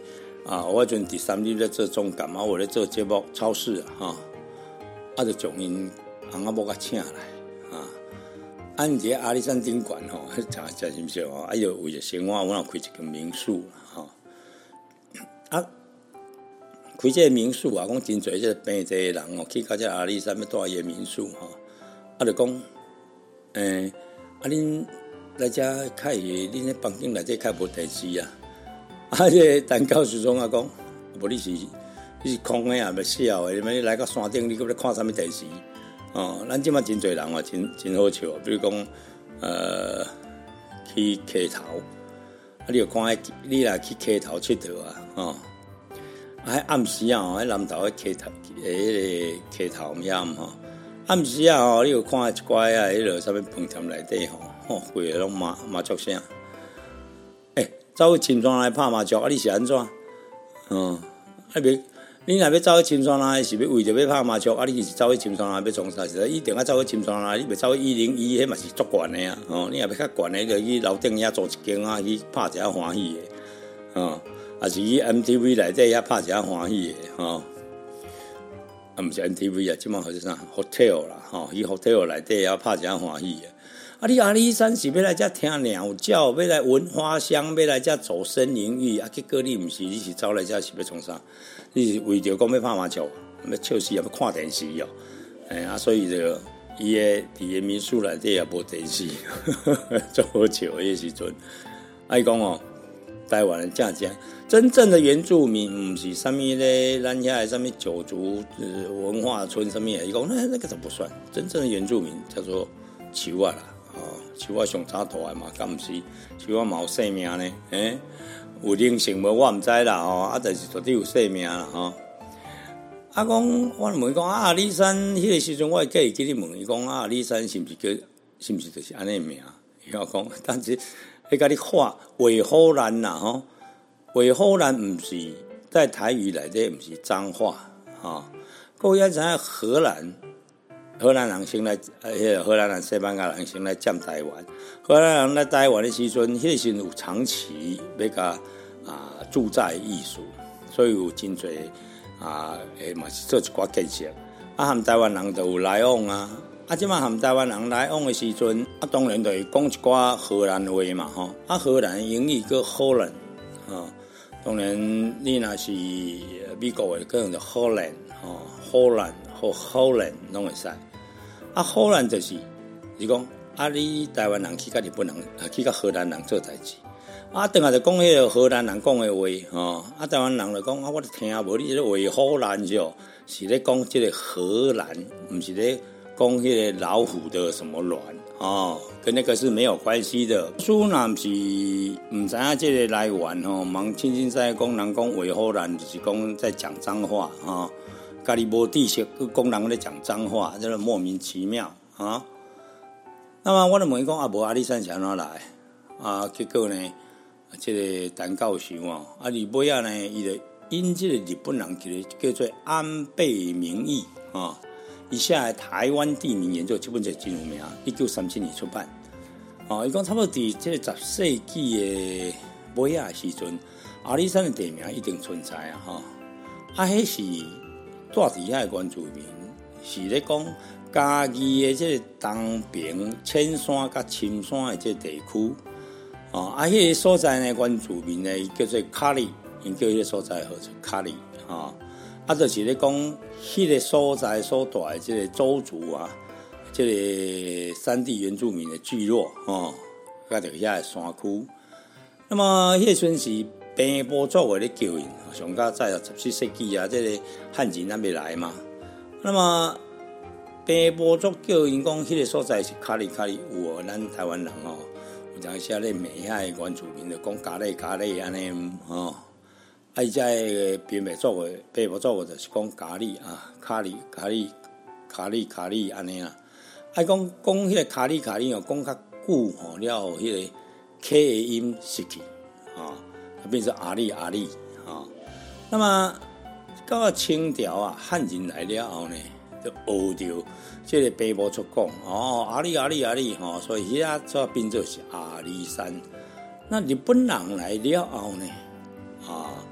啊，我迄阵第三日咧做总监啊，我咧做节目超市啊，哈，啊就从因翁仔某甲请来啊，啊，伫咧阿里山顶悬吼，食食真少吼，啊，就为着生活，我若开一间民宿吼，啊，开这个民宿啊，讲真侪这病济的人哦，去到这阿里山要住伊个民宿吼，啊，就讲，诶、欸，啊，恁来遮开恁咧房间内底开无电视啊？啊！这个陈教授总啊讲，无你是你是空的啊，要笑的。你来到山顶，你搁要看啥物电视？哦，咱即马真侪人哦，真真好笑。比如讲，呃，去溪头，啊，你有看你来去溪头佚佗啊，哦，啊，暗时啊，迄南投迄溪头，迄个溪头遐吼，暗时啊，吼，你有看一寡啊，迄落啥物饭店内底吼，吼，规个拢麻麻雀声。走去深山来拍麻将，啊！你是安怎？嗯，啊别，你若要走去深山来，是要为着要拍麻将，啊！你是走去深山来要创啥？是一定要走去深山来，你袂走去一零一，迄嘛是足悬的啊！哦，你若要较悬的，就去楼顶遐租一间啊，去拍一下欢喜的，哦，啊是去 M T V 内底遐拍一下欢喜的，哦，啊毋是 M T V 啊，即马好像啥 hotel 啦，吼，去 hotel 内底遐拍一下欢喜的。啊！你阿里山是要来遮听鸟叫，要来闻花香，要来遮走森林浴啊！结果你毋是，你是走来遮是要创啥？你是为着讲要拍麻将，要笑死，也要看电视哦。哎啊，所以着伊个伫个民宿内底也无电视，足好笑迄时阵。啊，伊讲哦，台湾人正正真正的原住民，毋是啥物咧，咱遐啥物九族文化村啥物啊？伊讲那那个都不算，真正的原住民叫做树啊啦。哦，树仔上早大诶嘛，敢毋是？树仔嘛有生命呢，诶、欸，有灵性无？我毋知啦，吼，啊，但是绝对有生命啦，吼。啊，讲我问讲啊，阿里山迄个时阵，我计伊记你问伊讲啊，阿里山是毋是叫是毋是就是安尼名？伊讲讲，但是迄甲你画尾荷兰啦，吼，尾荷兰毋是在台语内底，毋是脏话，吼。各位知影荷兰？荷兰人先来，迄个荷兰人、西班牙人先来占台湾。荷兰人来台湾的时阵，迄个时阵有长期要甲啊住宅艺术，所以有真侪啊，诶嘛是做一寡建设。啊，含台湾人就有来往啊。啊，即马含台湾人来往的时阵，啊，当然就会讲一寡荷兰话嘛，吼。啊，荷兰英语叫 Holland， 吼。当然你若是美国的，可能就 Holland， 吼 ，Holland 或 Holland 拢会使。啊，荷兰就是，是讲啊，你台湾人去甲日本人，啊去甲荷兰人做代志，啊，等下就讲迄个荷兰人讲的话，吼，啊，台湾人就讲啊，我都听无，你这个话荷兰就，是咧讲这个荷兰，不是咧讲迄个老虎的什么卵，哦，跟那个是没有关系的。苏南是唔知影这个来源吼，忙轻轻在讲人讲话荷兰，就是讲在讲脏话啊。家己无知识，去讲人咧讲脏话，真是莫名其妙啊！那么我就问伊讲啊，无阿里山是安怎来啊？结果呢，这个陈教授啊，啊，日尾仔呢，伊就因这个日本人一个叫做安倍明义啊，伊写的《台湾地名研究》这本册真有名，一九三七年出版。哦、啊，伊讲差不多伫这个十世纪的尾仔时阵，阿里山的地名一定存在啊！哈，啊，迄是。住伫遐的原住民是咧讲嘉义的这个东平、浅山甲深山的这个地区，哦，啊，迄、那个所在呢，原住民呢叫做卡里，因叫迄个所在号做卡里，啊，啊，就是咧讲迄个所在所在的这个州族啊，这个山地原住民的聚落，哦，甲着遐的山区，那么迄个阵是。平埔族的咧叫因，上较早十四世纪啊，这个汉人还没来嘛。那么平埔族叫因讲，迄个所在是卡里卡里有哦，咱台湾人哦，有当时咧美遐的原住民就讲咖喱咖喱安尼哦。啊，伊在平埔族的平埔族的就是讲咖喱啊，卡里卡里卡里卡里安尼啦。啊，讲讲迄个卡里卡里哦，讲较久吼了后，迄个 K 的音失去啊。变成阿里阿里啊，那么到清朝啊，汉人来了后呢，就学着这个平埔族讲哦，阿里阿里阿里哈，所以遐做变做是阿里山。那日本人来了后呢，啊，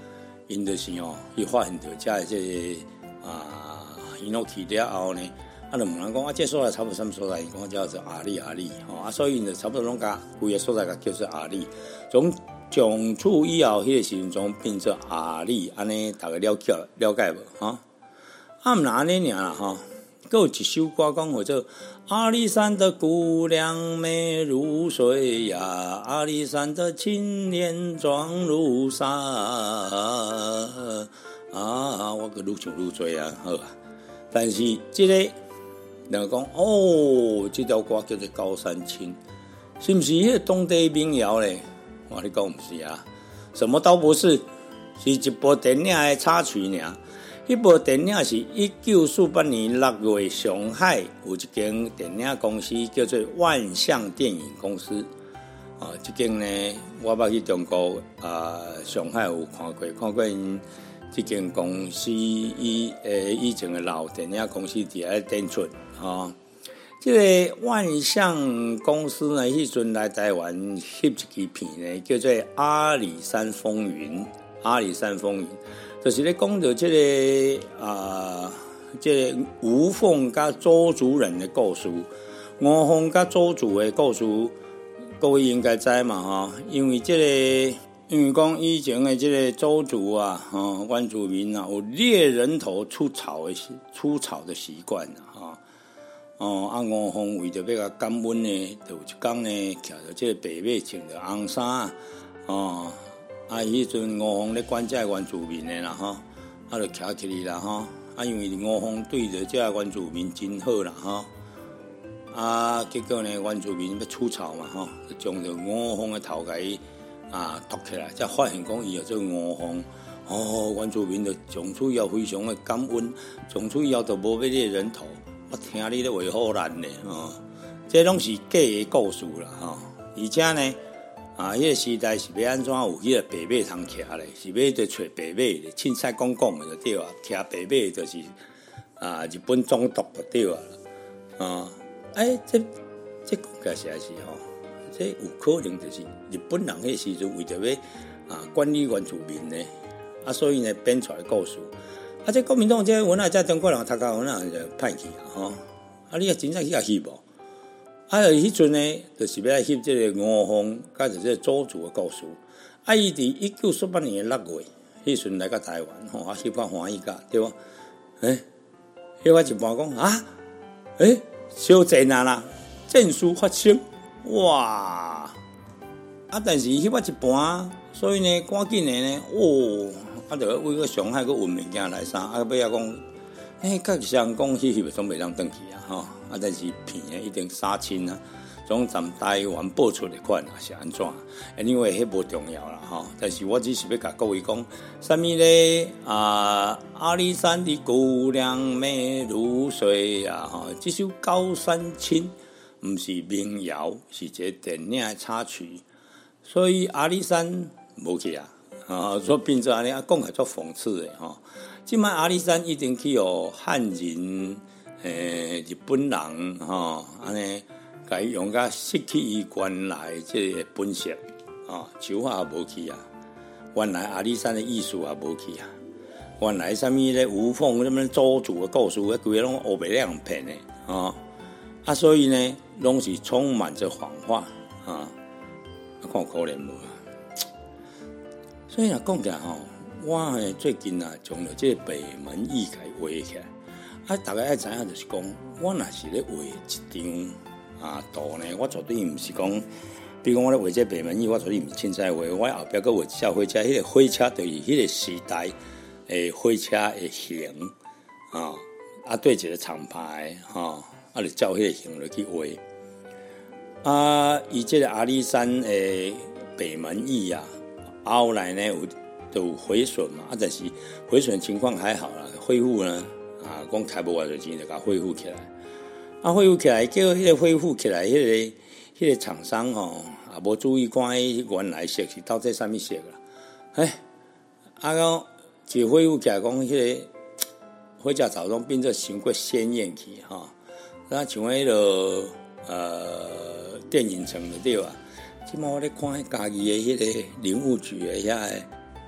因就是哦，伊发现到遮即个啊，伊诺去了后呢，啊，就问人讲啊，这所在差不多什么所在？伊讲叫做阿里阿里，吼啊，所以因就差不多拢甲规个所在甲叫做阿里。从从此以后，迄个时阵总变做阿里，安尼大家了解了解无？哈，啊，毋若安尼尔啦，吼。还有一首歌讲叫做阿里山的姑娘美如水呀，阿里山的青年壮如沙啊，我个愈唱愈多啊，好啊。但是这个人讲哦，这条歌叫做高山青，是不是迄个当地民谣咧？我你讲不是啊，什么都不是，是一部电影的插曲尔。迄部电影是一九四八年六月，上海有一间电影公司叫做万象电影公司。啊，这间呢，我捌去中国啊、呃，上海有看过，看过因这间公司以诶以前的老电影公司伫咧展出啊。这个万象公司呢，迄阵来台湾翕一支片呢，叫做《阿里山风云》。阿里山风云。就是咧讲到这个啊，这个吴凤甲周主任的故事，吴凤甲周主的故事，各位应该知嘛哈？因为这个，因为讲以前的这个周族啊，哈，原住民啊，有猎人头出草的出草的习惯啊，哈。哦，啊，吴凤为着要甲感恩呢，就有一天呢，徛着这个白马穿着红衫，哦。啊，迄阵吴凤咧管这原住民的啦吼，啊，就徛起哩啦吼。啊，因为吴凤对着这原住民真好啦吼。啊，结果呢，原住民要出草嘛吼，就将着吴凤的头甲伊啊夺起来，才发现讲伊叫做吴凤。哦，原住民就从此以后非常的感恩，从此以后就无要猎人头。我听你咧话好难咧吼，这拢是假的故事啦吼，而且呢。啊，迄、那个时代是要安怎有迄个白马通徛咧？是要得找白马咧，凊彩讲讲就对啊。徛白马就是啊，日本总督就对啊。啊，哎，这这讲起来实在是吼，这有可能就是日本人迄时阵为着要啊管理原住民呢，啊，所以呢编出来故事。啊，这国民党这文啊，这中国人读到文啊就歹去啊，吼。啊，你也真正去遐翕无？啊，迄阵呢，就是要来翕这个吴凤，甲着这个周族的故事。啊，伊伫一九四八年的六月，迄阵来到台湾，吼，啊，翕较欢喜甲，对无？诶，翕我一半讲啊，诶，小战啊啦，战事发生，哇！啊，但是翕我一半，所以呢，赶紧的呢，哦，啊，着为个上海个运物件来啥，啊，尾仔讲，诶，甲上讲翕翕总袂当转去啊，吼。啊，但是片诶一定杀青啊，总站台湾播出的款啊是安怎？因为迄无重要啦吼。但是我只是要甲各位讲，啥物咧啊？阿里山的姑娘美如水啊！吼，这首《高山青》毋是民谣，是一个电影的插曲，所以阿里山无去啊，啊，所以变做安尼啊，讲起足讽刺的吼。即摆阿里山一定去有汉人。诶，日本人吼，安尼，甲伊用甲失去伊原来即个本色，哦，手法也无去啊，原来阿里山的艺术也无去啊，原来啥物咧吴凤什么周族的故事，迄规个拢黑白两片的，哦，啊，所以呢，拢是充满着谎话啊，看可怜无啊，所以若讲起来吼，我诶最近啊，从了即个北门驿开画起来。啊！大家爱知影，就是讲，我若是咧画一张啊图呢，我绝对毋是讲，比如讲我咧画这北门驿，我绝对毋是凊彩画，我后壁佫画一架火车，迄、那个火车就是迄个时代诶火车诶形啊，啊对一个厂牌哈，啊就照迄个形来去画。啊，伊即个阿里山诶北门驿啊，后来呢有都有毁损嘛，啊但是毁损情况还好啦，恢复呢。啊，讲开无偌侪钱就甲恢复起来，啊，恢复起来，叫迄个恢复起来，迄、那个迄、那个厂商吼，也无注意看伊原来色是到底啥物色啦，哎，啊讲一恢复起来，讲迄、那个火车头拢变做伤过鲜艳去吼，那像迄、那个呃电影城就对啊，即摆我咧看家己的迄个林务局的遐个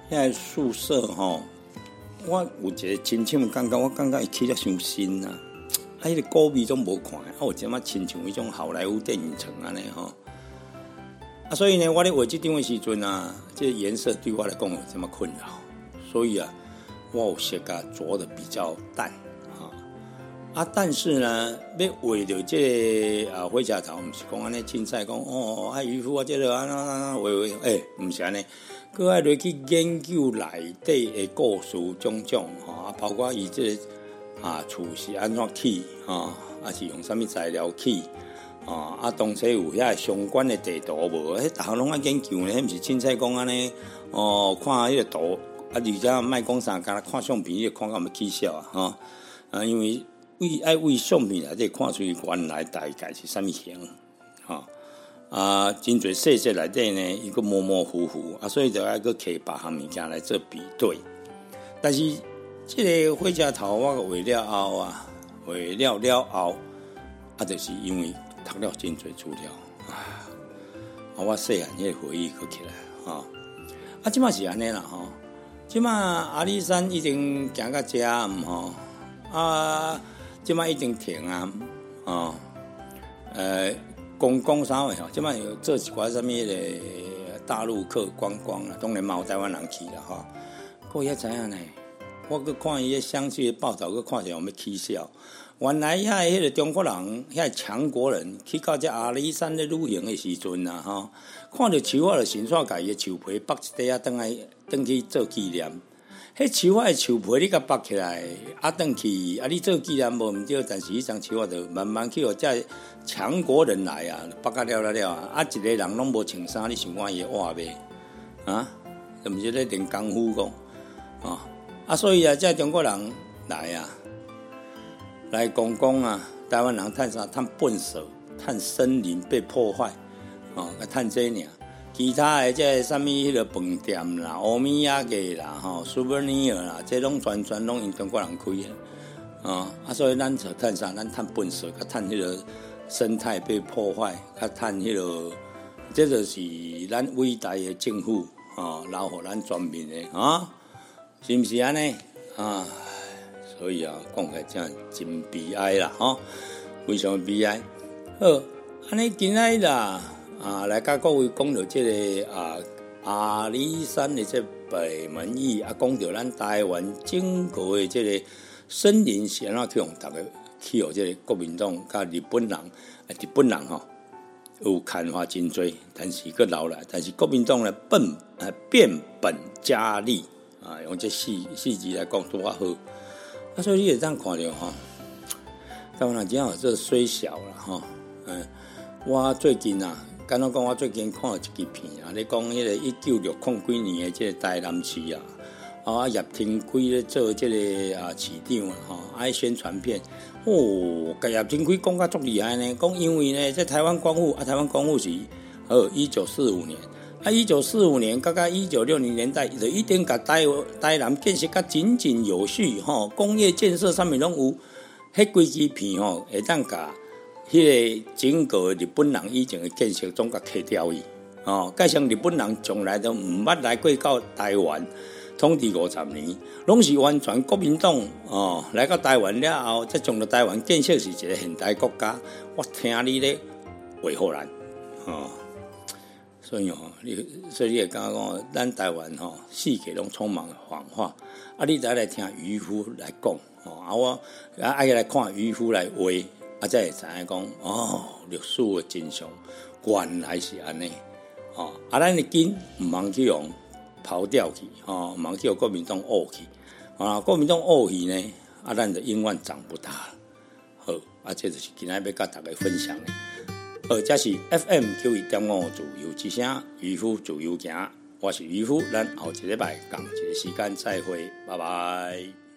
遐宿舍吼，我有一个亲像感觉，我感觉伊起得伤新啊，啊，迄个古味总无看，啊，有即仔亲像迄种好莱坞电影城安尼吼。啊，所以呢，我咧画这张的时阵啊，这颜色对我来讲有这么困扰，所以啊，我有色甲着的比较淡啊。啊，但是呢，要画着这个啊火车头，毋是讲安尼凊彩讲哦，啊渔夫啊，这个啊啊画画，诶，毋是安尼，佮爱落去研究内底的故事种种吼，啊，包括伊这个啊厝是安怎起啊，啊是用啥物材料起。哦，啊，当初有遐相关的地图无？迄逐项拢爱研究呢，迄毋是凊彩讲安尼。哦，看迄个图，啊，而且莫讲啥，干看相片，你看到要起笑啊，吼、哦。啊，因为为爱为相片内底看出原来大概是啥物型，吼、哦。啊，真侪细节内底呢，伊个模模糊糊，啊，所以就爱个摕别项物件来做比对。但是即个火车头我画了后啊，画了了后，啊，就是因为。读了真侪资料啊！我细汉迄个回忆搁起来吼，啊，即马是安尼啦吼，即马阿里山已经行到遮啊吼，啊，即马已经停啊，哦，呃，公共啥货吼，即马有做一寡啥物个大陆客观光啦，当然嘛有台湾人去啦吼，我也知影呢，我搁看伊个详细的报道，搁看者有要起笑。原来遐迄个中国人，遐强国人去到这阿里山咧旅行的时阵啊，吼，看到树仔就先煞家己的树皮剥一块啊，转来转去做纪念。迄树仔的树皮你甲剥起来，啊，转去啊，你做纪念无毋对，但是迄张树仔就慢慢去互这强国人来啊，剥甲了了了啊，啊，一个人拢无穿衫，你想看伊会活袂？啊，是毋是咧练功夫讲？啊，啊，所以啊，这中国人来啊。来讲讲啊，台湾人趁啥？趁粪扫，趁森林被破坏，哦，趁这尔。其他的这啥物迄个饭店啦、欧米亚给啦、吼 souvenir 啦，这拢全全拢因中国人开的，啊，啊，所以咱就趁啥？咱趁粪扫，较趁迄个生态被破坏，较趁迄个，这就是咱伟大的政府啊，留互咱全民的啊，是毋是安尼啊？所以啊，讲起来真真悲哀啦，吼，非常悲哀。好，安尼今仔日啦，啊，来甲各位讲到这个啊阿里山的这北门驿啊，讲到咱台湾整个的这个森林是安怎去用大家去互这个国民党甲日本人，啊，日本人吼有看法真多，但是个留来，但是国民党呢变啊变本加厉啊，用这四四字来讲拄较好。啊，所以你也这样看到吼，台湾人真好，这虽小了吼，嗯，我最近啊，敢若讲我最近看了一支片啊，你讲迄个一九六零几年的这个台南市啊，啊叶天圭咧做这个啊市长啊，吼，啊宣传片，哦，甲叶天圭讲甲足厉害呢，讲因为呢，在台湾光复啊，台湾光复是呃一九四五年。啊！一九四五年，到到一九六零年代，就一定甲台台南建设甲井井有序吼，工业建设上面拢有，迄几支片吼，会当甲迄个整个日本人以前的建设总甲摕掉伊，哦，加上日本人从来都毋捌来过到台湾统治五十年，拢是完全国民党哦来到台湾了后，才将到台湾建设是一个现代国家。我听你咧维护咱，哦。所以吼，你所以你会感觉讲，咱台湾吼，四界拢充满谎话。啊，你再来听渔夫来讲，吼，啊我啊爱来看渔夫来画，啊才会知影讲，哦，历史的真相原来是安尼，吼，啊咱的根毋通去用抛掉去，吼，毋通去用国民党恶去，啊，国民党恶去呢，啊咱就永远长不大了。好，啊这就是今仔要甲大家分享的。好，这是 F M 九一点五自由之声，渔夫自由行，我是渔夫，咱后一礼拜同一个时间再会，拜拜。